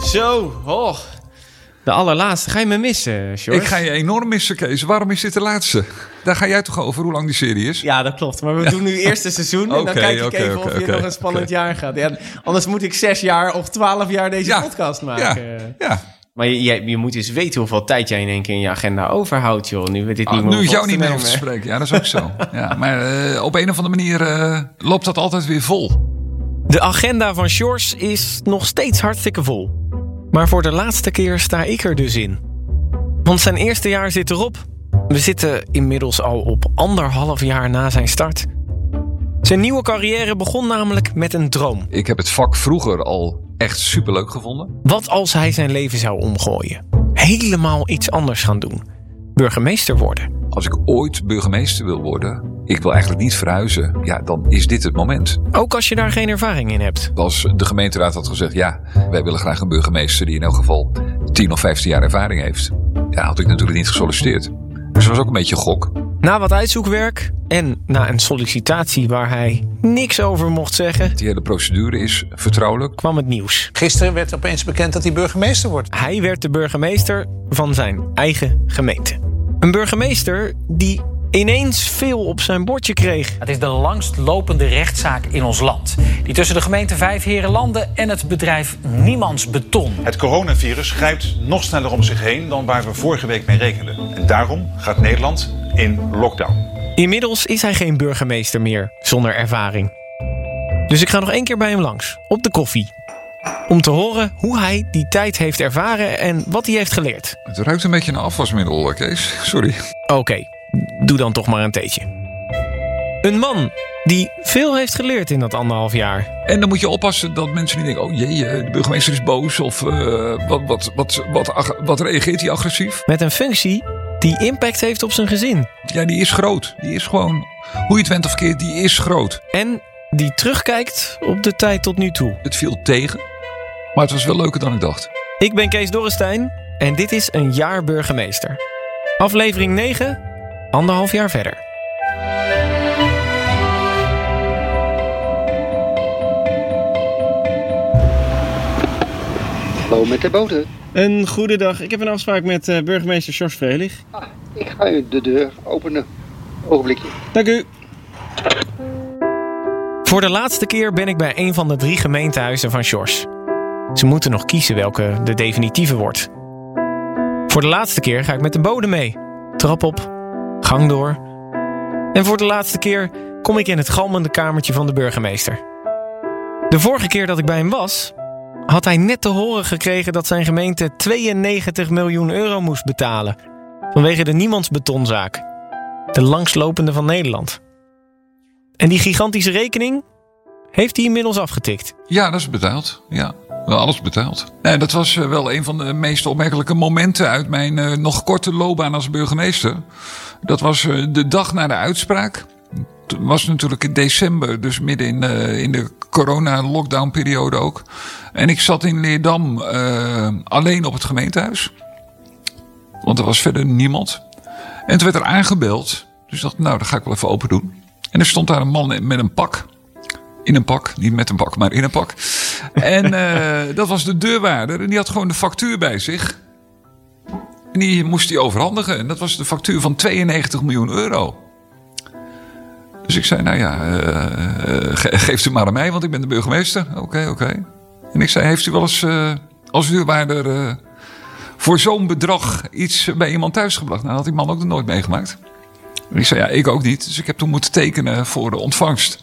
Zo, de allerlaatste. Ga je me missen, Sjors? Ik ga je enorm missen, Kees. Waarom is dit de laatste? Daar ga jij toch over, hoe lang die serie is? Ja, dat klopt. Maar we doen nu eerste seizoen. En dan kijk ik even of je nog een spannend jaar gaat. Ja, anders moet ik 6 jaar of 12 jaar deze podcast maken. Ja. Maar je moet eens weten hoeveel tijd jij in één keer in je agenda overhoudt, joh. Nu we dit niet meer nu jou niet meer over te spreken. Ja, dat is ook zo. Ja, maar op een of andere manier loopt dat altijd weer vol. De agenda van Sjors is nog steeds hartstikke vol. Maar voor de laatste keer sta ik er dus in. Want zijn eerste jaar zit erop. We zitten inmiddels al op 1,5 jaar na zijn start. Zijn nieuwe carrière begon namelijk met een droom. Ik heb het vak vroeger al echt superleuk gevonden. Wat als hij zijn leven zou omgooien? Helemaal iets anders gaan doen. Burgemeester worden. Als ik ooit burgemeester wil worden, ik wil eigenlijk niet verhuizen, ja, dan is dit het moment. Ook als je daar geen ervaring in hebt. Als de gemeenteraad had gezegd, ja, wij willen graag een burgemeester die in elk geval 10 of 15 jaar ervaring heeft. Ja, had ik natuurlijk niet gesolliciteerd. Dus dat was ook een beetje gok. Na wat uitzoekwerk en na een sollicitatie waar hij niks over mocht zeggen... Die hele procedure is vertrouwelijk. Kwam het nieuws. Gisteren werd opeens bekend dat hij burgemeester wordt. Hij werd de burgemeester van zijn eigen gemeente. Een burgemeester die ineens veel op zijn bordje kreeg. Het is de langstlopende rechtszaak in ons land. Die tussen de gemeente Vijfheerenlanden en het bedrijf Niemands Beton. Het coronavirus grijpt nog sneller om zich heen dan waar we vorige week mee rekenden. En daarom gaat Nederland in lockdown. Inmiddels is hij geen burgemeester meer zonder ervaring. Dus ik ga nog 1 keer bij hem langs, op de koffie. Om te horen hoe hij die tijd heeft ervaren en wat hij heeft geleerd. Het ruikt een beetje naar afwasmiddel, Kees. Sorry. Oké, doe dan toch maar een theetje. Een man die veel heeft geleerd in dat 1,5 jaar. En dan moet je oppassen dat mensen niet denken... oh jee, de burgemeester is boos of wat reageert hij agressief? Met een functie die impact heeft op zijn gezin. Ja, die is groot. Die is gewoon, hoe je het went of keert, die is groot. En die terugkijkt op de tijd tot nu toe. Het viel tegen, maar het was wel leuker dan ik dacht. Ik ben Kees Dorrestein en dit is een jaar burgemeester. Aflevering 9, 1,5 jaar verder. Hallo met de boten. Een goede dag. Ik heb een afspraak met burgemeester Sjors Vreelig. Ik ga u de deur openen. Ogenblikje. Dank u. Voor de laatste keer ben ik bij een van de 3 gemeentehuizen van Sjors. Ze moeten nog kiezen welke de definitieve wordt. Voor de laatste keer ga ik met de bode mee. Trap op, gang door. En voor de laatste keer kom ik in het galmende kamertje van de burgemeester. De vorige keer dat ik bij hem was, had hij net te horen gekregen dat zijn gemeente 92 miljoen euro moest betalen. Vanwege de Niemands Betonzaak. De langslopende van Nederland. En die gigantische rekening heeft hij inmiddels afgetikt. Ja, dat is betaald. Ja, wel alles betaald. Nee, dat was wel een van de meest opmerkelijke momenten uit mijn nog korte loopbaan als burgemeester. Dat was de dag na de uitspraak. Het was natuurlijk in december, dus midden in de corona-lockdown-periode ook. En ik zat in Leerdam alleen op het gemeentehuis. Want er was verder niemand. En toen werd er aangebeld. Dus ik dacht, nou, dat ga ik wel even open doen. En er stond daar een man met een pak. In een pak. Niet met een pak, maar in een pak. En dat was de deurwaarder. En die had gewoon de factuur bij zich. En die moest hij overhandigen. En dat was de factuur van 92 miljoen euro. Dus ik zei, nou ja, geef u maar aan mij, want ik ben de burgemeester. Oké. En ik zei, heeft u wel eens als deurwaarder voor zo'n bedrag iets bij iemand thuis gebracht? Nou, dat had die man ook nog nooit meegemaakt. En ik zei, ja, ik ook niet. Dus ik heb toen moeten tekenen voor de ontvangst.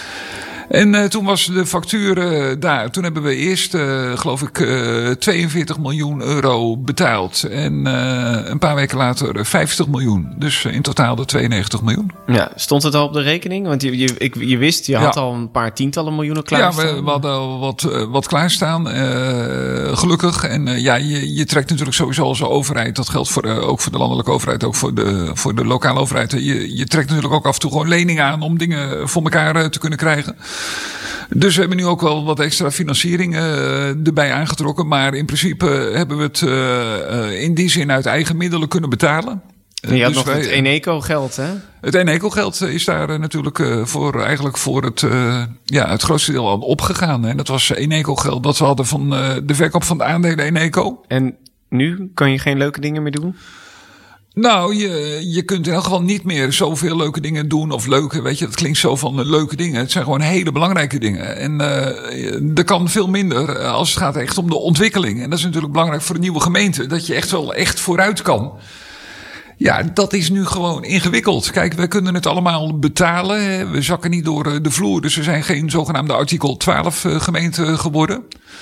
En toen was de factuur daar. Toen hebben we eerst, geloof ik, 42 miljoen euro betaald. En een paar weken later 50 miljoen. Dus in totaal de 92 miljoen. Ja, stond het al op de rekening? Want je wist, je had al een paar tientallen miljoenen klaarstaan. Ja, we hadden al wat klaarstaan. Gelukkig. En je trekt natuurlijk sowieso als overheid. Dat geldt ook voor de landelijke overheid. Ook voor de lokale overheid. Je trekt natuurlijk ook af en toe gewoon leningen aan. Om dingen voor elkaar te kunnen krijgen. Dus we hebben nu ook wel wat extra financiering erbij aangetrokken. Maar in principe hebben we het in die zin uit eigen middelen kunnen betalen. Je had nog het Eneco-geld, hè? Het Eneco-geld is daar natuurlijk voor het grootste deel al opgegaan. Hè? Dat was Eneco-geld dat we hadden van de verkoop van de aandelen Eneco. En nu kan je geen leuke dingen meer doen? Nou, je kunt in elk geval niet meer zoveel leuke dingen doen. Of leuke, weet je, dat klinkt zo van leuke dingen. Het zijn gewoon hele belangrijke dingen. En er kan veel minder als het gaat echt om de ontwikkeling. En dat is natuurlijk belangrijk voor een nieuwe gemeente. Dat je echt wel echt vooruit kan. Ja, dat is nu gewoon ingewikkeld. Kijk, we kunnen het allemaal betalen. We zakken niet door de vloer. Dus we zijn geen zogenaamde artikel 12 gemeente geworden.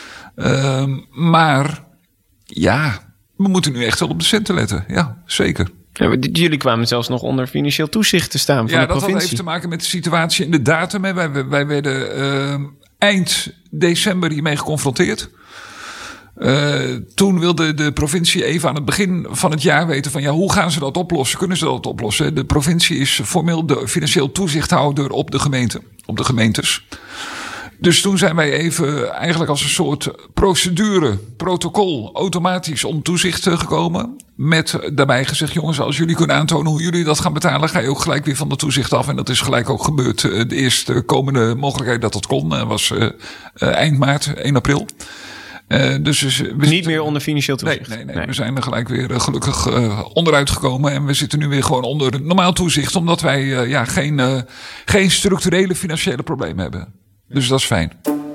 Maar ja... We moeten nu echt wel op de centen letten. Ja, zeker. Ja, jullie kwamen zelfs nog onder financieel toezicht te staan van de provincie. Ja, dat heeft te maken met de situatie en de datum. Wij werden eind december hiermee geconfronteerd. Toen wilde de provincie even aan het begin van het jaar weten van... hoe gaan ze dat oplossen? Kunnen ze dat oplossen? De provincie is formeel de financieel toezichthouder op de gemeente, op de gemeentes. Dus toen zijn wij even eigenlijk als een soort protocol, automatisch om toezicht gekomen. Met daarbij gezegd, jongens, als jullie kunnen aantonen hoe jullie dat gaan betalen, ga je ook gelijk weer van de toezicht af. En dat is gelijk ook gebeurd. De eerste komende mogelijkheid dat dat kon was eind maart, 1 april. Dus niet meer onder financieel toezicht? Nee. We zijn er gelijk weer gelukkig onderuit gekomen. En we zitten nu weer gewoon onder normaal toezicht. Omdat wij geen structurele financiële problemen hebben. Dus dat is fijn.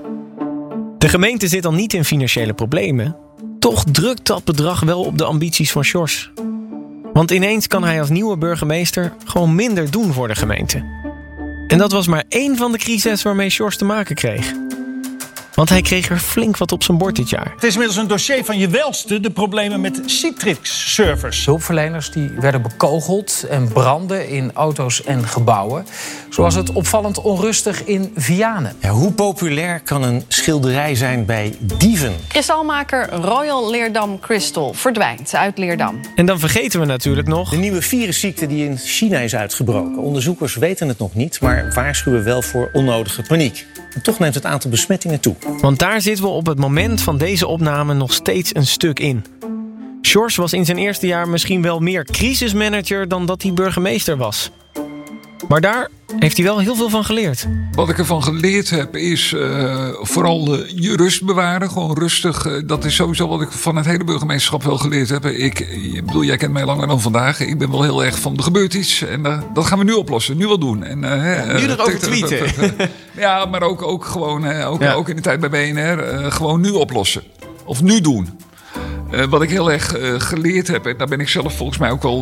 De gemeente zit al niet in financiële problemen. Toch drukt dat bedrag wel op de ambities van Sjors. Want ineens kan hij als nieuwe burgemeester gewoon minder doen voor de gemeente. En dat was maar één van de crises waarmee Sjors te maken kreeg. Want hij kreeg er flink wat op zijn bord dit jaar. Het is inmiddels een dossier van je welste, de problemen met Citrix-servers. Hulpverleners die werden bekogeld en brandden in auto's en gebouwen. Zo was het opvallend onrustig in Vianen. Ja, hoe populair kan een schilderij zijn bij dieven? Kristalmaker Royal Leerdam Crystal verdwijnt uit Leerdam. En dan vergeten we natuurlijk nog... de nieuwe virusziekte die in China is uitgebroken. Onderzoekers weten het nog niet, maar waarschuwen wel voor onnodige paniek. En toch neemt het aantal besmettingen toe. Want daar zitten we op het moment van deze opname nog steeds een stuk in. Sjors was in zijn eerste jaar misschien wel meer crisismanager dan dat hij burgemeester was. Maar daar heeft hij wel heel veel van geleerd. Wat ik ervan geleerd heb is vooral je rust bewaren. Gewoon rustig. Dat is sowieso wat ik van het hele burgemeesterschap wel geleerd heb. Jij kent mij langer dan vandaag. Ik ben wel heel erg van, er gebeurt iets. En dat gaan we nu oplossen. Nu wel doen. En, nu erover tweeten. Ja, maar ook gewoon, ook in de tijd bij BNR. Gewoon nu oplossen. Of nu doen. Wat ik heel erg geleerd heb, en daar ben ik zelf volgens mij ook wel...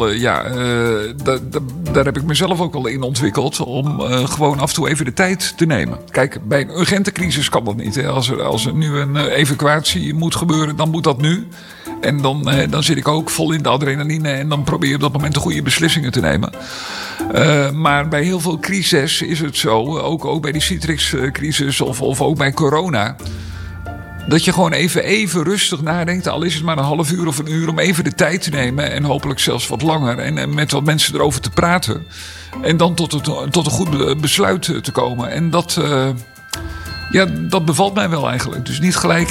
daar heb ik mezelf ook wel in ontwikkeld... om gewoon af en toe even de tijd te nemen. Kijk, bij een urgente crisis kan dat niet. Hè. Als er nu een evacuatie moet gebeuren, dan moet dat nu. En dan zit ik ook vol in de adrenaline... en dan probeer je op dat moment de goede beslissingen te nemen. Maar bij heel veel crises is het zo... ook bij die Citrix-crisis of ook bij corona... dat je gewoon even rustig nadenkt. Al is het maar een half uur of een uur om even de tijd te nemen. En hopelijk zelfs wat langer. En met wat mensen erover te praten. En dan tot een goed besluit te komen. En dat bevalt mij wel eigenlijk. Dus niet gelijk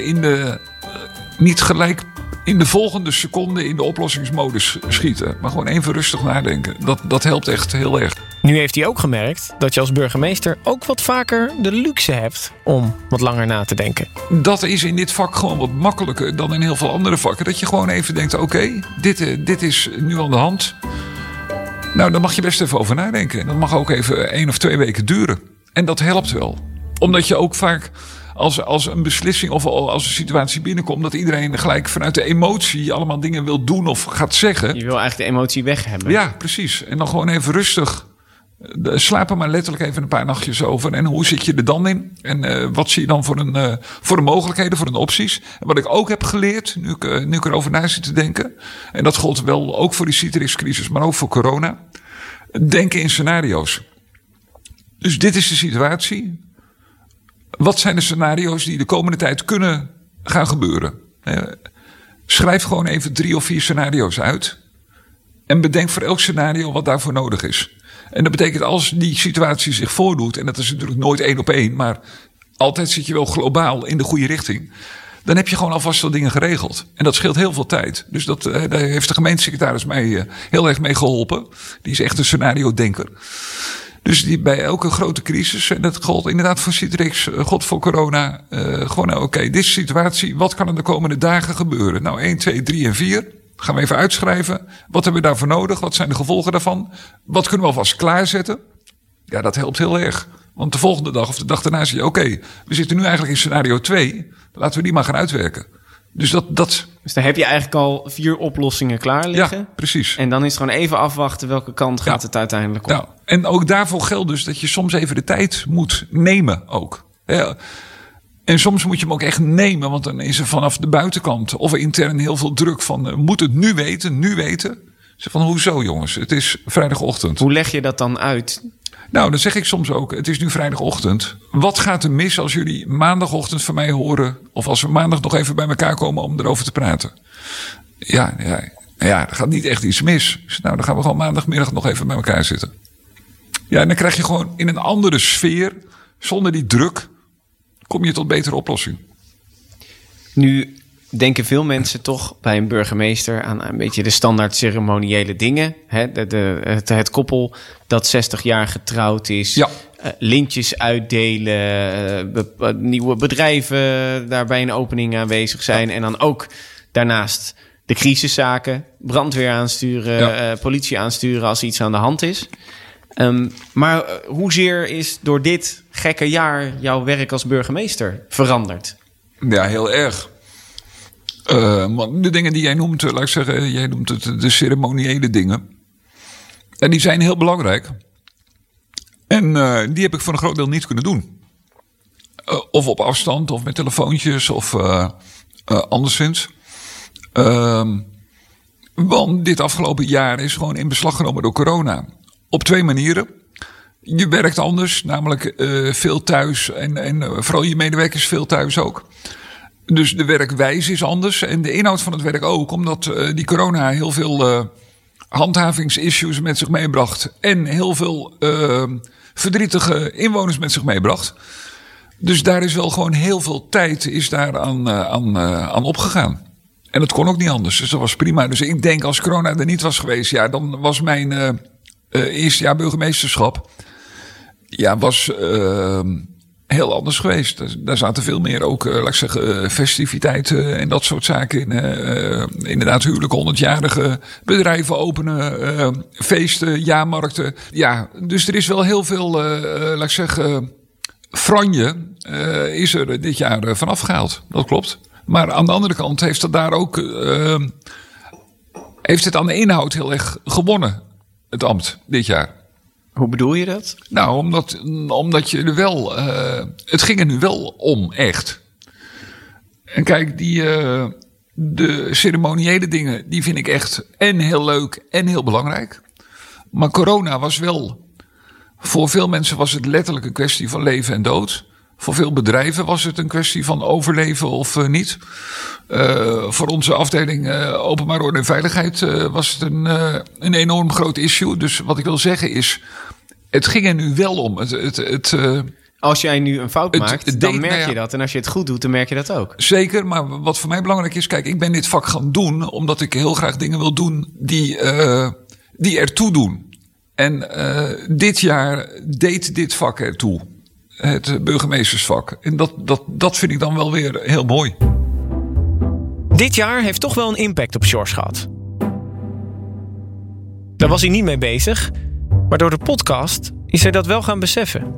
in de volgende seconde in de oplossingsmodus schieten. Maar gewoon even rustig nadenken. Dat helpt echt heel erg. Nu heeft hij ook gemerkt dat je als burgemeester ook wat vaker de luxe hebt om wat langer na te denken. Dat is in dit vak gewoon wat makkelijker dan in heel veel andere vakken. Dat je gewoon even denkt, oké, dit is nu aan de hand. Nou, daar mag je best even over nadenken. En dat mag ook even 1 of 2 weken duren. En dat helpt wel. Omdat je ook vaak... Als een beslissing of als een situatie binnenkomt... dat iedereen gelijk vanuit de emotie allemaal dingen wil doen of gaat zeggen. Je wil eigenlijk de emotie weg hebben. Ja, precies. En dan gewoon even rustig. Slaap er maar letterlijk even een paar nachtjes over. En hoe zit je er dan in? En wat zie je dan voor de mogelijkheden, voor de opties? En wat ik ook heb geleerd, nu ik erover na zit te denken... en dat gold wel ook voor die Citrix-crisis, maar ook voor corona... denken in scenario's. Dus dit is de situatie... Wat zijn de scenario's die de komende tijd kunnen gaan gebeuren? Schrijf gewoon even 3 of 4 scenario's uit. En bedenk voor elk scenario wat daarvoor nodig is. En dat betekent als die situatie zich voordoet... en dat is natuurlijk nooit 1 op 1... maar altijd zit je wel globaal in de goede richting... dan heb je gewoon alvast wel dingen geregeld. En dat scheelt heel veel tijd. Dus daar heeft de gemeentesecretaris mij heel erg mee geholpen. Die is echt een scenario-denker. Dus die bij elke grote crisis, en dat gold inderdaad voor Citrix, God voor corona. Gewoon, oké, dit is de situatie. Wat kan er de komende dagen gebeuren? Nou, 1, 2, 3 en 4. Gaan we even uitschrijven. Wat hebben we daarvoor nodig? Wat zijn de gevolgen daarvan? Wat kunnen we alvast klaarzetten? Ja, dat helpt heel erg. Want de volgende dag of de dag daarna zie je, oké, we zitten nu eigenlijk in scenario 2. Laten we die maar gaan uitwerken. Dus Dus dan heb je eigenlijk al 4 oplossingen klaar liggen. Ja, precies. En dan is het gewoon even afwachten welke kant gaat het uiteindelijk op. Nou, en ook daarvoor geldt dus dat je soms even de tijd moet nemen ook. Ja. En soms moet je hem ook echt nemen, want dan is er vanaf de buitenkant of intern heel veel druk van, moet het nu weten. Zeg van, hoezo jongens, het is vrijdagochtend. Hoe leg je dat dan uit? Nou, dan zeg ik soms ook, het is nu vrijdagochtend. Wat gaat er mis als jullie maandagochtend van mij horen, of als we maandag nog even bij elkaar komen om erover te praten? Ja, er gaat niet echt iets mis. Dus nou, dan gaan we gewoon maandagmiddag nog even bij elkaar zitten. Ja, en dan krijg je gewoon in een andere sfeer, zonder die druk, kom je tot betere oplossing. Nu denken veel mensen toch bij een burgemeester aan een beetje de standaard ceremoniële dingen. Het koppel dat 60 jaar getrouwd is. Ja. Lintjes uitdelen. Nieuwe bedrijven daar bij een opening aanwezig zijn. Ja. En dan ook daarnaast de crisiszaken. Brandweer aansturen. Politie aansturen als iets aan de hand is. Maar hoezeer is door dit gekke jaar jouw werk als burgemeester veranderd? Ja, heel erg. De dingen die jij noemt, laat ik zeggen, jij noemt het de ceremoniële dingen. En die zijn heel belangrijk. En die heb ik voor een groot deel niet kunnen doen. Of op afstand, of met telefoontjes, of anderszins. Want dit afgelopen jaar is gewoon in beslag genomen door corona. Op 2 manieren. Je werkt anders, namelijk veel thuis. En vooral je medewerkers veel thuis ook. Dus de werkwijze is anders en de inhoud van het werk ook. Omdat die corona heel veel handhavingsissues met zich meebracht. En heel veel verdrietige inwoners met zich meebracht. Dus daar is wel gewoon heel veel tijd is daar aan opgegaan. En dat kon ook niet anders, dus dat was prima. Dus ik denk als corona er niet was geweest, ja, dan was mijn eerste jaar burgemeesterschap was heel anders geweest. Daar zaten veel meer ook, laat ik zeggen, festiviteiten en dat soort zaken in. Inderdaad, huwelijke 100-jarige bedrijven openen, feesten, jaarmarkten. Ja, dus er is wel heel veel, laat ik zeggen, franje is er dit jaar vanaf gehaald. Dat klopt. Maar aan de andere kant heeft het daar ook, heeft het aan de inhoud heel erg gewonnen, het ambt, dit jaar. Hoe bedoel je dat? Nou, omdat je er wel, het ging er nu wel om, echt. En kijk, de ceremoniële dingen, die vind ik echt en heel leuk en heel belangrijk. Maar corona was wel, voor veel mensen was het letterlijk een kwestie van leven en dood. Voor veel bedrijven was het een kwestie van overleven of niet. Voor onze afdeling Openbare Orde en Veiligheid was het een enorm groot issue. Dus wat ik wil zeggen is, het ging er nu wel om. Als jij nu een fout maakt, dan merk je dat. En als je het goed doet, dan merk je dat ook. Zeker, maar wat voor mij belangrijk is, kijk, ik ben dit vak gaan doen omdat ik heel graag dingen wil doen die ertoe doen. En dit jaar deed dit vak ertoe. Het burgemeestersvak. En dat vind ik dan wel weer heel mooi. Dit jaar heeft toch wel een impact op Sjors gehad. Daar was hij niet mee bezig, maar door de podcast is hij dat wel gaan beseffen.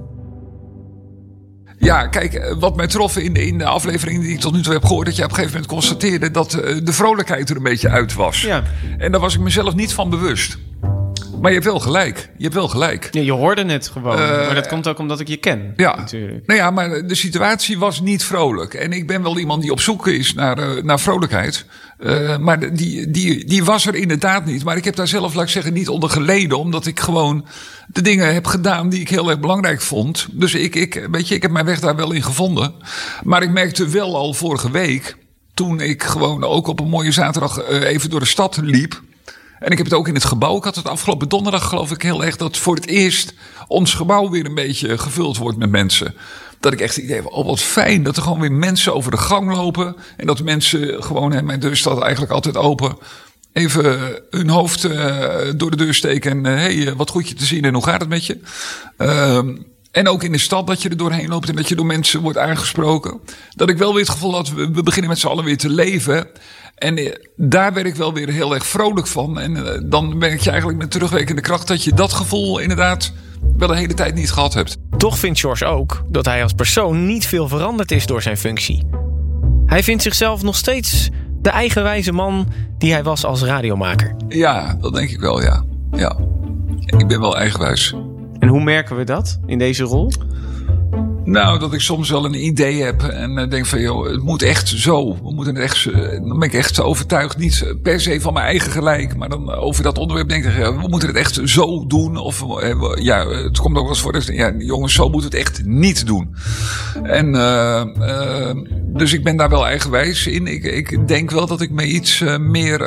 Ja, kijk, wat mij trof in de aflevering die ik tot nu toe heb gehoord, dat je op een gegeven moment constateerde dat de vrolijkheid er een beetje uit was. Ja. En daar was ik mezelf niet van bewust. Maar je hebt wel gelijk. Ja, je hoorde het gewoon. Maar dat komt ook omdat ik je ken. Ja, natuurlijk. Nou ja, maar de situatie was niet vrolijk. En ik ben wel iemand die op zoek is naar vrolijkheid. Maar die was er inderdaad niet. Maar ik heb daar zelf, laat ik zeggen, niet onder geleden. Omdat ik gewoon de dingen heb gedaan die ik heel erg belangrijk vond. Dus ik heb mijn weg daar wel in gevonden. Maar ik merkte wel al vorige week, toen ik gewoon ook op een mooie zaterdag even door de stad liep. En ik heb het ook in het gebouw. Ik had het afgelopen donderdag geloof ik heel erg dat voor het eerst ons gebouw weer een beetje gevuld wordt met mensen. Dat ik echt het idee heb, wat fijn dat er gewoon weer mensen over de gang lopen. En dat mensen gewoon, mijn deur staat eigenlijk altijd open, even hun hoofd door de deur steken. En wat goed je te zien en hoe gaat het met je? En ook in de stad dat je er doorheen loopt en dat je door mensen wordt aangesproken. Dat ik wel weer het gevoel had, we beginnen met z'n allen weer te leven. En daar werd ik wel weer heel erg vrolijk van. En dan merk je eigenlijk met terugwerkende kracht dat je dat gevoel inderdaad wel de hele tijd niet gehad hebt. Toch vindt Sjors ook dat hij als persoon niet veel veranderd is door zijn functie. Hij vindt zichzelf nog steeds de eigenwijze man die hij was als radiomaker. Ja, dat denk ik wel, ja. Ik ben wel eigenwijs. En hoe merken we dat in deze rol? Nou, dat ik soms wel een idee heb en denk van, joh, het moet echt zo. We moeten het echt, dan ben ik echt overtuigd, niet per se van mijn eigen gelijk, maar dan over dat onderwerp denk ik, we moeten het echt zo doen. Of het komt ook wel eens voor, jongens, zo moeten we het echt niet doen. En dus ik ben daar wel eigenwijs in. Ik denk wel dat ik me iets meer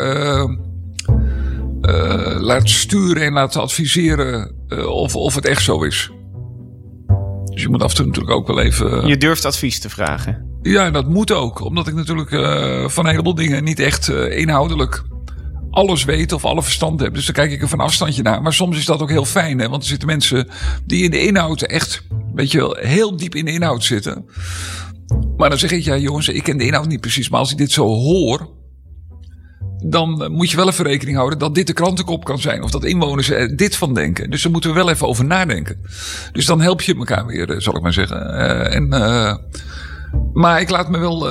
laat sturen en laat adviseren of het echt zo is. Dus je moet af en toe natuurlijk ook wel even... Je durft advies te vragen. Ja, dat moet ook. Omdat ik natuurlijk van een heleboel dingen niet echt inhoudelijk alles weet of alle verstand heb. Dus dan kijk ik er van afstandje naar. Maar soms is dat ook heel fijn. Hè? Want er zitten mensen die in de inhoud echt, weet je wel, heel diep in de inhoud zitten. Maar dan zeg ik, ja jongens, ik ken de inhoud niet precies. Maar als ik dit zo hoor, dan moet je wel even rekening houden dat dit de krantenkop kan zijn. Of dat inwoners er dit van denken. Dus daar moeten we wel even over nadenken. Dus dan help je elkaar weer, zal ik maar zeggen. Maar ik laat me wel...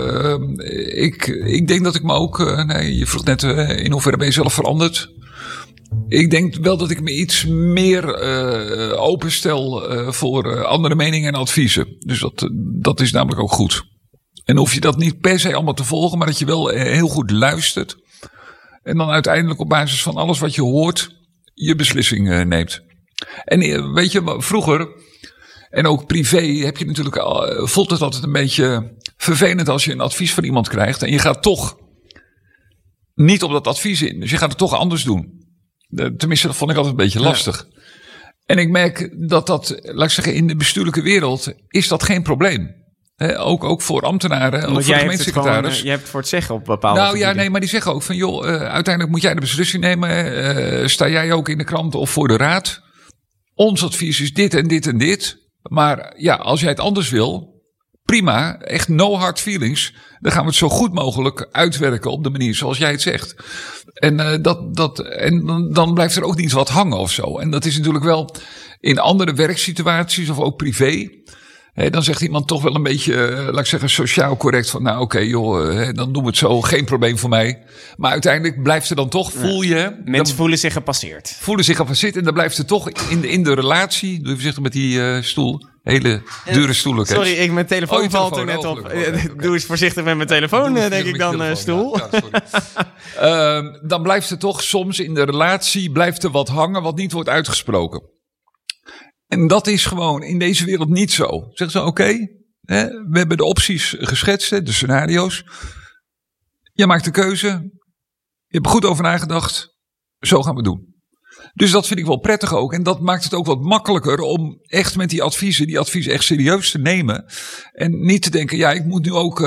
Ik denk dat ik me ook... je vroeg net in hoeverre ben je zelf veranderd. Ik denk wel dat ik me iets meer openstel voor andere meningen en adviezen. Dus dat is namelijk ook goed. En hoef je dat niet per se allemaal te volgen, maar dat je wel heel goed luistert. En dan uiteindelijk op basis van alles wat je hoort, je beslissing neemt. En weet je, vroeger, en ook privé, heb je natuurlijk voelt het altijd een beetje vervelend als je een advies van iemand krijgt. En je gaat toch niet op dat advies in. Dus je gaat het toch anders doen. Tenminste, dat vond ik altijd een beetje lastig. Ja. En ik merk dat, laat ik zeggen, in de bestuurlijke wereld is dat geen probleem. Ook voor ambtenaren, ook voor de gemeentesecretaris. Je hebt het voor het zeggen op bepaalde gebieden. Ja, nee, maar die zeggen ook van, joh, uiteindelijk moet jij de beslissing nemen. Sta jij ook in de krant of voor de raad? Ons advies is dit en dit en dit. Maar ja, als jij het anders wil, prima, echt no hard feelings. Dan gaan we het zo goed mogelijk uitwerken op de manier zoals jij het zegt. En dan blijft er ook niet wat hangen of zo. En dat is natuurlijk wel in andere werksituaties of ook privé. Dan zegt iemand toch wel een beetje, laat ik zeggen, sociaal correct. Van nou oké, joh, dan doen we het zo. Geen probleem voor mij. Maar uiteindelijk blijft er dan toch, voel je... Mensen voelen zich gepasseerd. Voelen zich gepasseerd. En dan blijft er toch in de relatie... Doe voorzichtig met die stoel. Hele dure stoel. Sorry, mijn telefoon valt er net op. Doe eens voorzichtig met mijn telefoon, denk ik dan, stoel. Ja, dan blijft er toch soms in de relatie... blijft er wat hangen wat niet wordt uitgesproken. En dat is gewoon in deze wereld niet zo. Zeggen ze, oké, we hebben de opties geschetst, de scenario's. Je maakt de keuze. Je hebt er goed over nagedacht. Zo gaan we doen. Dus dat vind ik wel prettig ook. En dat maakt het ook wat makkelijker om echt met die adviezen echt serieus te nemen. En niet te denken, ja, ik moet nu ook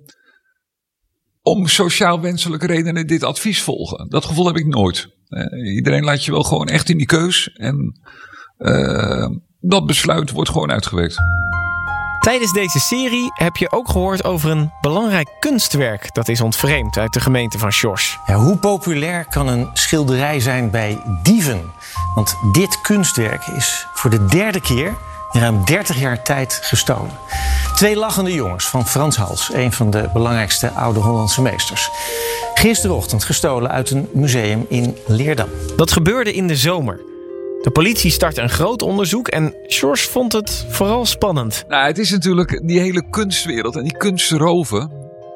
om sociaal wenselijke redenen dit advies volgen. Dat gevoel heb ik nooit. Iedereen laat je wel gewoon echt in die keus. En dat besluit wordt gewoon uitgewerkt. Tijdens deze serie heb je ook gehoord over een belangrijk kunstwerk dat is ontvreemd uit de gemeente van Sjors. Ja, hoe populair kan een schilderij zijn bij dieven? Want dit kunstwerk is voor de derde keer in ruim 30 jaar tijd gestolen. 2 lachende jongens van Frans Hals, een van de belangrijkste oude Hollandse meesters. Gisterochtend gestolen uit een museum in Leerdam. Dat gebeurde in de zomer. De politie startte een groot onderzoek en Sjors vond het vooral spannend. Nou, het is natuurlijk die hele kunstwereld en die kunstroven.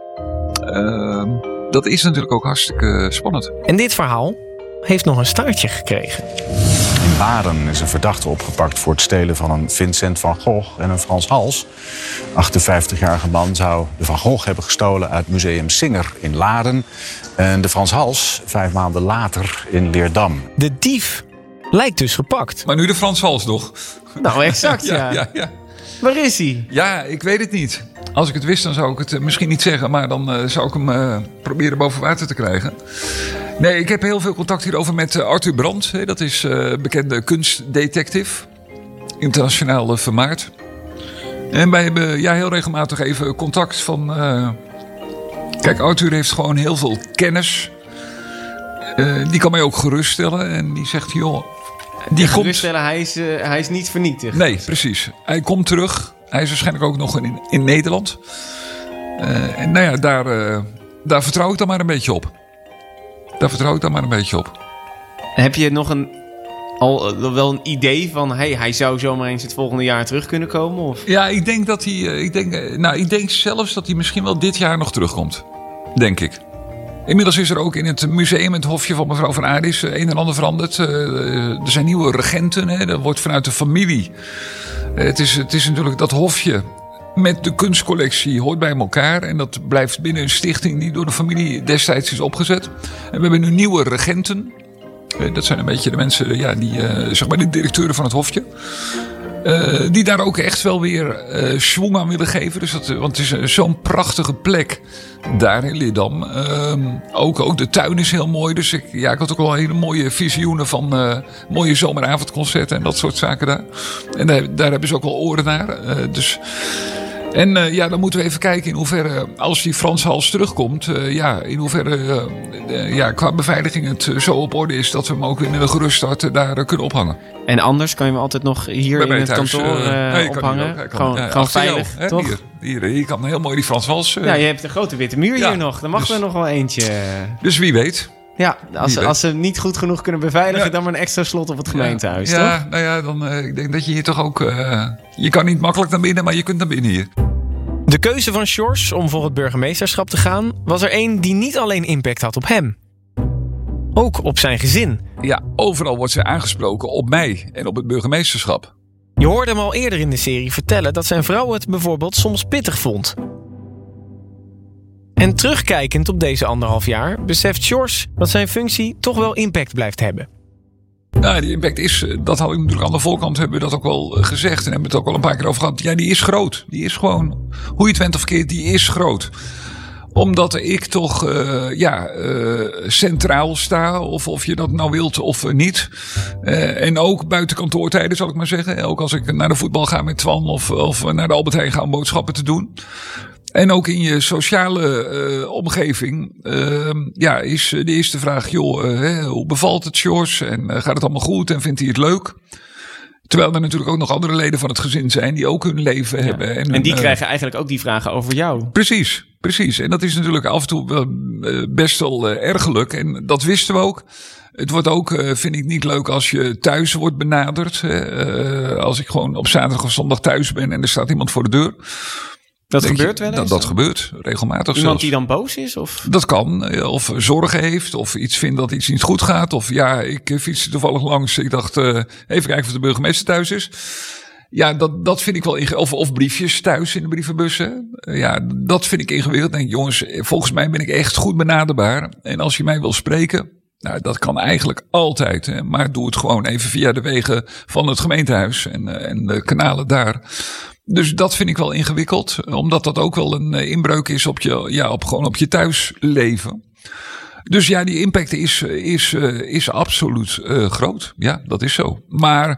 Dat is natuurlijk ook hartstikke spannend. En dit verhaal heeft nog een staartje gekregen. In Baden is een verdachte opgepakt voor het stelen van een Vincent van Gogh en een Frans Hals. 58-jarige man zou de Van Gogh hebben gestolen uit Museum Singer in Laren. En de Frans Hals 5 maanden later in Leerdam. De dief lijkt dus gepakt. Maar nu de Frans Hals nog. Nou, exact, ja. Waar is hij? Ja, ik weet het niet. Als ik het wist, dan zou ik het misschien niet zeggen. Maar dan zou ik hem proberen boven water te krijgen. Nee, ik heb heel veel contact hierover met Arthur Brandt. Dat is bekende kunstdetective. Internationaal vermaard. En wij hebben heel regelmatig even contact van... Kijk, Arthur heeft gewoon heel veel kennis. Die kan mij ook geruststellen. En die zegt, joh... Geruststellen, hij is niet vernietigd. Nee, precies. Hij komt terug. Hij is waarschijnlijk ook nog in Nederland. En nou ja, daar vertrouw ik dan maar een beetje op. Heb je nog wel een idee van... hij zou zomaar eens het volgende jaar terug kunnen komen? Of? Ja, ik denk dat ik denk zelfs dat hij misschien wel dit jaar nog terugkomt. Denk ik. Inmiddels is er ook in het museum, het hofje van mevrouw van Aardis, een en ander veranderd. Er zijn nieuwe regenten. Er wordt vanuit de familie. Het is natuurlijk dat hofje met de kunstcollectie hoort bij elkaar. En dat blijft binnen een stichting die door de familie destijds is opgezet. En we hebben nu nieuwe regenten. Dat zijn een beetje de mensen, die zeg maar de directeuren van het hofje. Die daar ook echt wel weer schwung aan willen geven. Dus want het is zo'n prachtige plek daar in Leerdam. Ook de tuin is heel mooi. Dus ik had ook wel hele mooie visioenen van mooie zomeravondconcerten en dat soort zaken daar. En daar hebben ze ook wel oren naar. En dan moeten we even kijken in hoeverre, als die Frans Hals terugkomt, in hoeverre qua beveiliging het zo op orde is dat we hem ook weer in een gerust start daar kunnen ophangen. En anders kan je hem altijd nog hier in het kantoor ophangen? Gewoon veilig, jou, toch? Hier kan heel mooi die Frans Hals. Ja, je hebt een grote witte muur hier nog. Dan mag er nog wel eentje. Dus wie weet. Ja, als ze niet goed genoeg kunnen beveiligen, dan maar een extra slot op het gemeentehuis, toch? Ja, nou ja, dan ik denk dat je hier toch ook... je kan niet makkelijk naar binnen, maar je kunt naar binnen hier. De keuze van Sjors om voor het burgemeesterschap te gaan was er één die niet alleen impact had op hem. Ook op zijn gezin. Ja, overal wordt ze aangesproken op mij en op het burgemeesterschap. Je hoorde hem al eerder in de serie vertellen dat zijn vrouw het bijvoorbeeld soms pittig vond. En terugkijkend op deze 1,5 jaar beseft Sjors dat zijn functie toch wel impact blijft hebben. Nou, die impact is, dat had ik natuurlijk aan de voorkant, hebben we dat ook wel gezegd. En hebben we het ook al een paar keer over gehad. Ja, die is groot. Die is gewoon, hoe je het went of keert, die is groot. Omdat ik toch centraal sta, of je dat nou wilt of niet. En ook buiten kantoortijden, zal ik maar zeggen. Ook als ik naar de voetbal ga met Twan of naar de Albert Heijn ga om boodschappen te doen. En ook in je sociale omgeving is de eerste vraag... hoe bevalt het, Sjors? En gaat het allemaal goed? En vindt hij het leuk? Terwijl er natuurlijk ook nog andere leden van het gezin zijn... die ook hun leven hebben. En die krijgen eigenlijk ook die vragen over jou. Precies. En dat is natuurlijk af en toe best wel ergerlijk. En dat wisten we ook. Het wordt ook, vind ik, niet leuk als je thuis wordt benaderd. Als ik gewoon op zaterdag of zondag thuis ben... en er staat iemand voor de deur... Dat gebeurt wel eens? Dat gebeurt regelmatig. Iemand zelfs. die dan boos is? Of? Dat kan. Of zorgen heeft. Of iets vindt dat iets niet goed gaat. Of ik fietste toevallig langs. Ik dacht, even kijken of de burgemeester thuis is. Ja, dat vind ik wel ingewikkeld. Of briefjes thuis in de brievenbussen. Dat vind ik ingewikkeld. Ik denk, jongens, volgens mij ben ik echt goed benaderbaar. En als je mij wil spreken... Nou, dat kan eigenlijk altijd. Hè, maar doe het gewoon even via de wegen van het gemeentehuis. En de kanalen daar... Dus dat vind ik wel ingewikkeld. Omdat dat ook wel een inbreuk is op je thuisleven. Dus ja, die impact is absoluut groot. Ja, dat is zo. Maar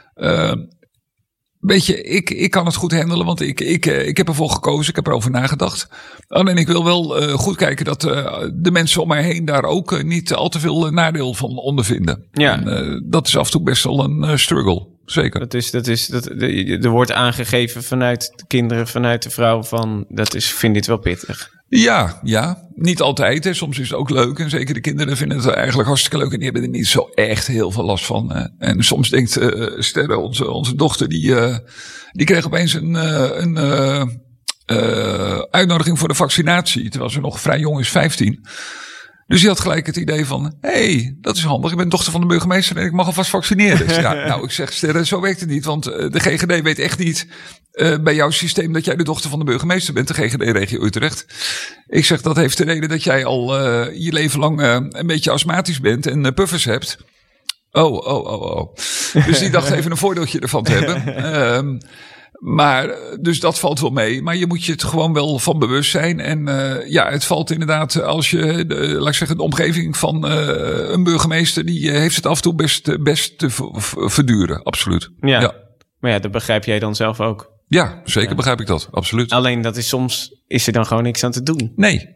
weet je, ik kan het goed handelen. Want ik heb ervoor gekozen. Ik heb erover nagedacht. En ik wil wel goed kijken dat de mensen om mij heen daar ook niet al te veel nadeel van ondervinden. Ja. En, dat is af en toe best wel een struggle. Zeker. Er wordt aangegeven vanuit de kinderen, vanuit de vrouw van, vind dit wel pittig. Ja, niet altijd. Hè. Soms is het ook leuk. En zeker de kinderen vinden het eigenlijk hartstikke leuk. En die hebben er niet zo echt heel veel last van. En soms denkt Sterre, onze dochter, die kreeg opeens een uitnodiging voor de vaccinatie. Terwijl ze nog vrij jong is, 15. Dus die had gelijk het idee van, hey, dat is handig. Ik ben dochter van de burgemeester en ik mag alvast vaccineren. Dus ik zeg, Sterre, zo werkt het niet. Want de GGD weet echt niet bij jouw systeem dat jij de dochter van de burgemeester bent. De GGD-regio Utrecht. Ik zeg, dat heeft de reden dat jij al je leven lang een beetje astmatisch bent en puffers hebt. Oh. Dus die dacht even een voordeeltje ervan te hebben. Maar dus dat valt wel mee. Maar je moet je het gewoon wel van bewust zijn. En het valt inderdaad als je, de omgeving van een burgemeester, die heeft het af en toe best te verduren. Absoluut. Ja. Maar ja, dat begrijp jij dan zelf ook. Ja, zeker begrijp ik dat. Absoluut. Alleen soms is er dan gewoon niks aan te doen. Nee.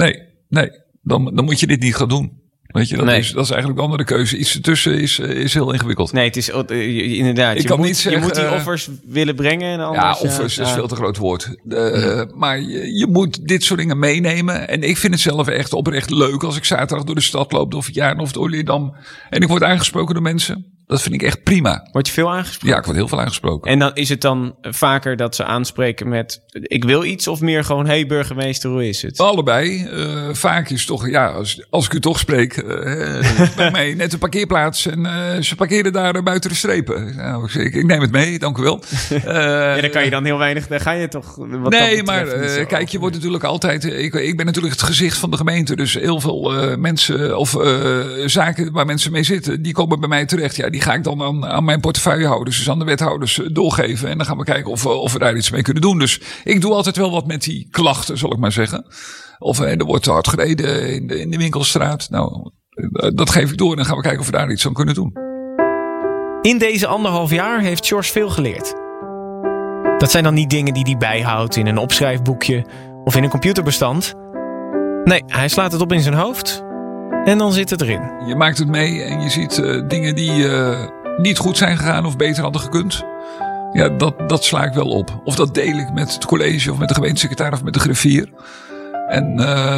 Dan moet je dit niet gaan doen. Weet je, dat is eigenlijk de andere keuze. Iets ertussen is heel ingewikkeld. Nee, het is inderdaad. Je moet die offers willen brengen. En anders, offers is veel te groot woord. Maar je moet dit soort dingen meenemen. En ik vind het zelf echt oprecht leuk als ik zaterdag door de stad loop, door Vianen of door Leerdam. En ik word aangesproken door mensen. Dat vind ik echt prima. Word je veel aangesproken? Ja, ik word heel veel aangesproken. En dan is het dan vaker dat ze aanspreken met ik wil iets of meer gewoon hey burgemeester, hoe is het? Allebei. Vaak is het toch, als ik u toch spreek, bij mij net een parkeerplaats en ze parkeren daar buiten de strepen. Nou, ik neem het mee, dank u wel. Dan kan je dan heel weinig, daar ga je toch wat kijk, je wordt natuurlijk altijd, ik ben natuurlijk het gezicht van de gemeente, dus heel veel mensen of zaken waar mensen mee zitten, die komen bij mij terecht. Ja, die ga ik dan aan mijn portefeuillehouders, dus aan de wethouders doorgeven. En dan gaan we kijken of we daar iets mee kunnen doen. Dus ik doe altijd wel wat met die klachten, zal ik maar zeggen. Of er wordt te hard gereden in de winkelstraat. Nou, dat geef ik door en dan gaan we kijken of we daar iets aan kunnen doen. In deze 1,5 jaar heeft Sjors veel geleerd. Dat zijn dan niet dingen die hij bijhoudt in een opschrijfboekje of in een computerbestand. Nee, hij slaat het op in zijn hoofd en dan zit het erin. Je maakt het mee en je ziet dingen die niet goed zijn gegaan of beter hadden gekund. Ja, dat sla ik wel op. Of dat deel ik met het college of met de gemeentesecretaris of met de griffier. En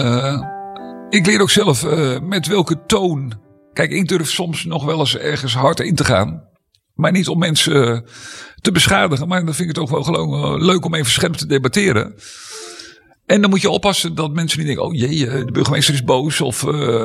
ik leer ook zelf met welke toon. Kijk, ik durf soms nog wel eens ergens hard in te gaan. Maar niet om mensen te beschadigen. Maar dan vind ik het ook wel gewoon leuk om even scherp te debatteren. En dan moet je oppassen dat mensen niet denken, oh jee, de burgemeester is boos. Of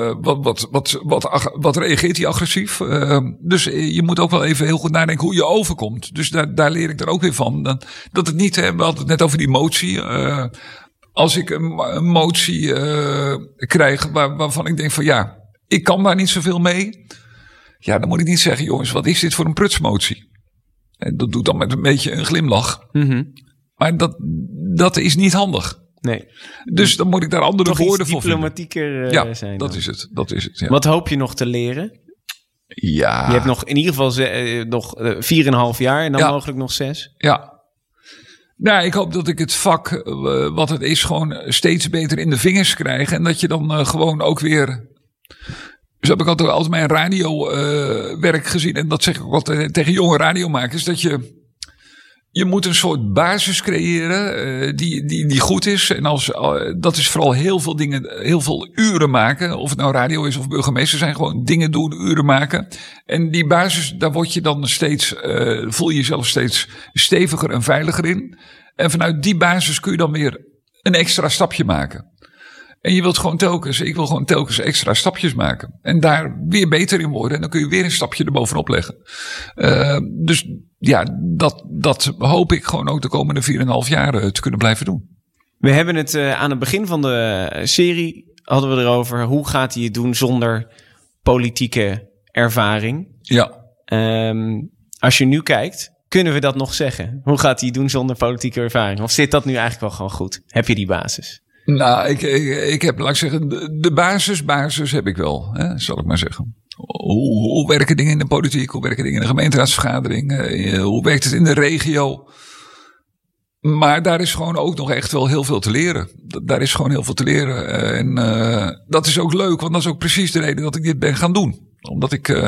wat reageert hij agressief. Dus je moet ook wel even heel goed nadenken hoe je overkomt. Dus daar leer ik er ook weer van. Dat het niet, we hadden het net over die motie. Als ik een motie krijg waarvan ik denk van ik kan daar niet zoveel mee. Ja, dan moet ik niet zeggen, jongens, wat is dit voor een prutsmotie? En dat doet dan met een beetje een glimlach. Mm-hmm. Maar dat is niet handig. Nee. Dus dan moet ik daar andere woorden voor vinden. Diplomatieker zijn. Dat is het. Ja. Wat hoop je nog te leren? Ja. Je hebt nog in ieder geval nog 4,5 jaar en dan mogelijk nog 6. Ja. Nou, ik hoop dat ik het vak, wat het is, gewoon steeds beter in de vingers krijg. En dat je dan gewoon ook weer. Dus heb ik altijd mijn radiowerk gezien. En dat zeg ik ook altijd tegen jonge radiomakers. Dat je moet een soort basis creëren die goed is. En dat is vooral heel veel dingen, heel veel uren maken. Of het nou radio is of burgemeester zijn. Gewoon dingen doen, uren maken. En die basis, daar word je dan steeds, voel je jezelf steeds steviger en veiliger in. En vanuit die basis kun je dan weer een extra stapje maken. En je wilt gewoon ik wil gewoon telkens extra stapjes maken. En daar weer beter in worden. En dan kun je weer een stapje erbovenop leggen. Dus ja, dat hoop ik gewoon ook de komende 4,5 jaar te kunnen blijven doen. We hebben het aan het begin van de serie hadden we erover. Hoe gaat hij het doen zonder politieke ervaring? Ja. Als je nu kijkt, kunnen we dat nog zeggen? Hoe gaat hij het doen zonder politieke ervaring? Of zit dat nu eigenlijk wel gewoon goed? Heb je die basis? Nou, ik heb, laat ik zeggen, de basis heb ik wel, zal ik maar zeggen. Hoe werken dingen in de politiek? Hoe werken dingen in de gemeenteraadsvergadering? Hoe werkt het in de regio? Maar daar is gewoon ook nog echt wel heel veel te leren. Daar is gewoon heel veel te leren. En dat is ook leuk, want dat is ook precies de reden dat ik dit ben gaan doen. Omdat ik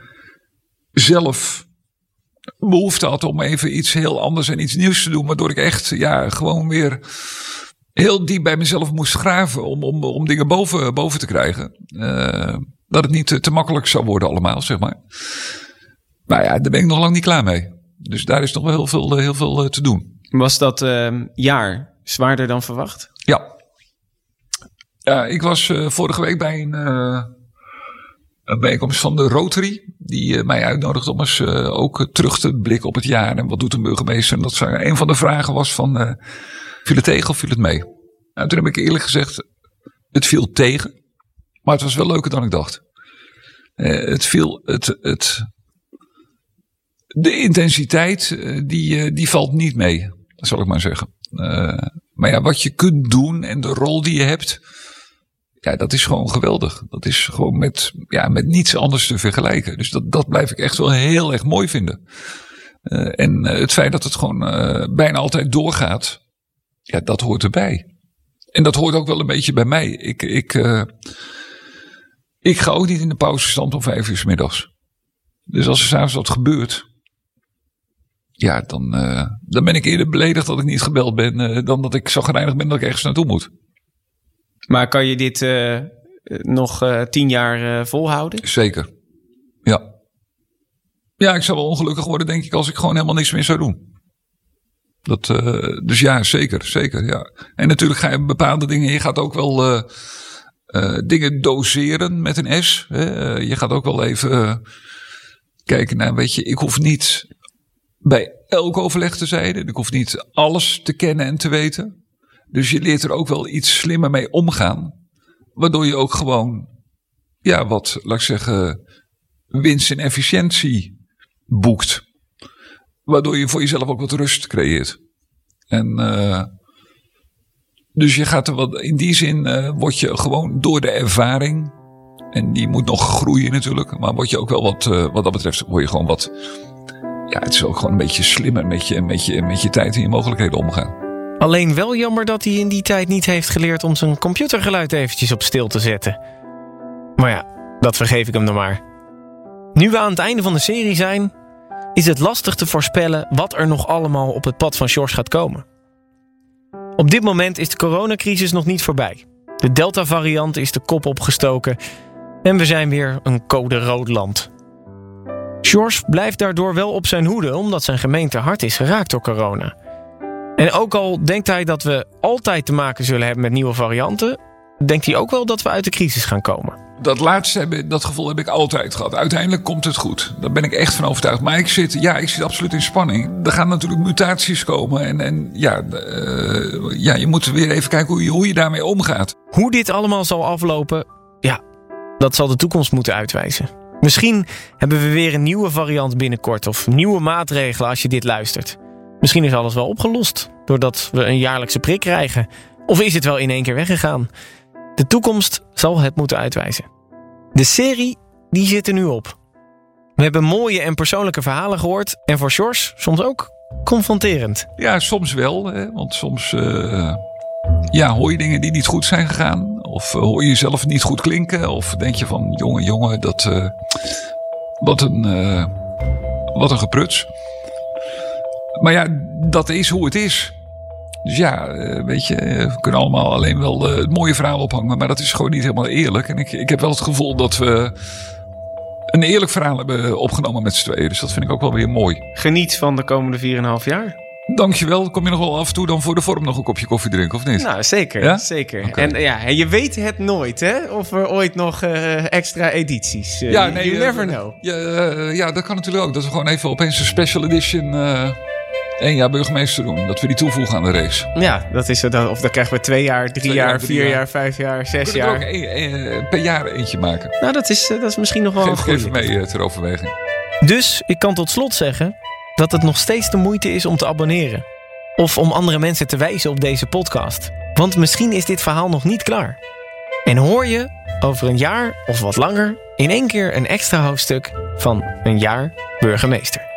zelf behoefte had om even iets heel anders en iets nieuws te doen. Waardoor ik echt gewoon weer heel diep bij mezelf moest graven om dingen boven te krijgen. Dat het niet te makkelijk zou worden allemaal, zeg maar. Maar ja, daar ben ik nog lang niet klaar mee. Dus daar is nog wel heel veel te doen. Was dat jaar zwaarder dan verwacht? Ja. Ja, ik was vorige week bij een bijeenkomst van de Rotary. Die mij uitnodigde om eens ook terug te blikken op het jaar. En wat doet een burgemeester? En dat een van de vragen was van, viel het tegen of viel het mee? Nou, toen heb ik eerlijk gezegd, het viel tegen. Maar het was wel leuker dan ik dacht. De intensiteit, die valt niet mee. Zal ik maar zeggen. Maar ja, wat je kunt doen en de rol die je hebt. Ja, dat is gewoon geweldig. Dat is gewoon met niets anders te vergelijken. Dus dat blijf ik echt wel heel erg mooi vinden. En het feit dat het gewoon bijna altijd doorgaat. Ja, dat hoort erbij. En dat hoort ook wel een beetje bij mij. Ik ga ook niet in de pauzestand om 5 uur 's middags. Dus als er 's avonds wat gebeurt. Ja, dan ben ik eerder beledigd dat ik niet gebeld ben. Dan dat ik chagrijnig ben dat ik ergens naartoe moet. Maar kan je dit nog 10 jaar volhouden? Zeker. Ja. Ja, ik zou wel ongelukkig worden, denk ik, als ik gewoon helemaal niks meer zou doen. Dus ja, zeker. Ja. En natuurlijk ga je bepaalde dingen. Je gaat ook wel dingen doseren met een S. Je gaat ook wel even kijken naar, weet je, ik hoef niet bij elk overleg te zijn. Ik hoef niet alles te kennen en te weten. Dus je leert er ook wel iets slimmer mee omgaan. Waardoor je ook gewoon, ja, wat, laat ik zeggen, winst en efficiëntie boekt. Waardoor je voor jezelf ook wat rust creëert. En dus je gaat er wat, in die zin word je gewoon door de ervaring. En die moet nog groeien natuurlijk. Maar word je ook wel wat dat betreft, word je gewoon wat. Ja, het is ook gewoon een beetje slimmer met je tijd en je mogelijkheden omgaan. Alleen wel jammer dat hij in die tijd niet heeft geleerd om zijn computergeluid eventjes op stil te zetten. Maar ja, dat vergeef ik hem dan maar. Nu we aan het einde van de serie zijn, is het lastig te voorspellen wat er nog allemaal op het pad van Sjors gaat komen. Op dit moment is de coronacrisis nog niet voorbij. De Delta-variant is de kop opgestoken en we zijn weer een code rood land. Sjors blijft daardoor wel op zijn hoede, omdat zijn gemeente hard is geraakt door corona. En ook al denkt hij dat we altijd te maken zullen hebben met nieuwe varianten, denkt hij ook wel dat we uit de crisis gaan komen. Dat laatste, dat gevoel heb ik altijd gehad. Uiteindelijk komt het goed. Daar ben ik echt van overtuigd. Maar ik zit absoluut in spanning. Er gaan natuurlijk mutaties komen. En je moet weer even kijken hoe je daarmee omgaat. Hoe dit allemaal zal aflopen, ja, dat zal de toekomst moeten uitwijzen. Misschien hebben we weer een nieuwe variant binnenkort of nieuwe maatregelen als je dit luistert. Misschien is alles wel opgelost doordat we een jaarlijkse prik krijgen. Of is het wel in één keer weggegaan? De toekomst zal het moeten uitwijzen. De serie, die zit er nu op. We hebben mooie en persoonlijke verhalen gehoord. En voor Sjors soms ook confronterend. Ja, soms wel. Hè, want soms hoor je dingen die niet goed zijn gegaan. Of hoor je jezelf niet goed klinken. Of denk je van, jongen, wat een gepruts. Maar ja, dat is hoe het is. Dus ja, weet je, we kunnen allemaal alleen wel het mooie verhaal ophangen. Maar dat is gewoon niet helemaal eerlijk. En ik heb wel het gevoel dat we een eerlijk verhaal hebben opgenomen met z'n tweeën. Dus dat vind ik ook wel weer mooi. Geniet van de komende 4,5 jaar. Dankjewel. Kom je nog wel af en toe dan voor de vorm nog een kopje koffie drinken, of niet? Nou, zeker. Ja? Zeker. Okay. En ja, je weet het nooit, hè? Of er ooit nog extra edities. You never know. Ja, dat kan natuurlijk ook. Dat we gewoon even opeens een special edition 1 jaar burgemeester doen. Dat we die toevoegen aan de race. Ja, dat is het. Of dan krijgen we 2 jaar, 3 jaar, 4 jaar, 5 jaar, 6 jaar. We kunnen er ook per jaar eentje maken. Nou, dat is misschien nog wel een goede. Geef mee ter overweging. Dus ik kan tot slot zeggen dat het nog steeds de moeite is om te abonneren. Of om andere mensen te wijzen op deze podcast. Want misschien is dit verhaal nog niet klaar. En hoor je over een jaar of wat langer in één keer een extra hoofdstuk van Een jaar burgemeester.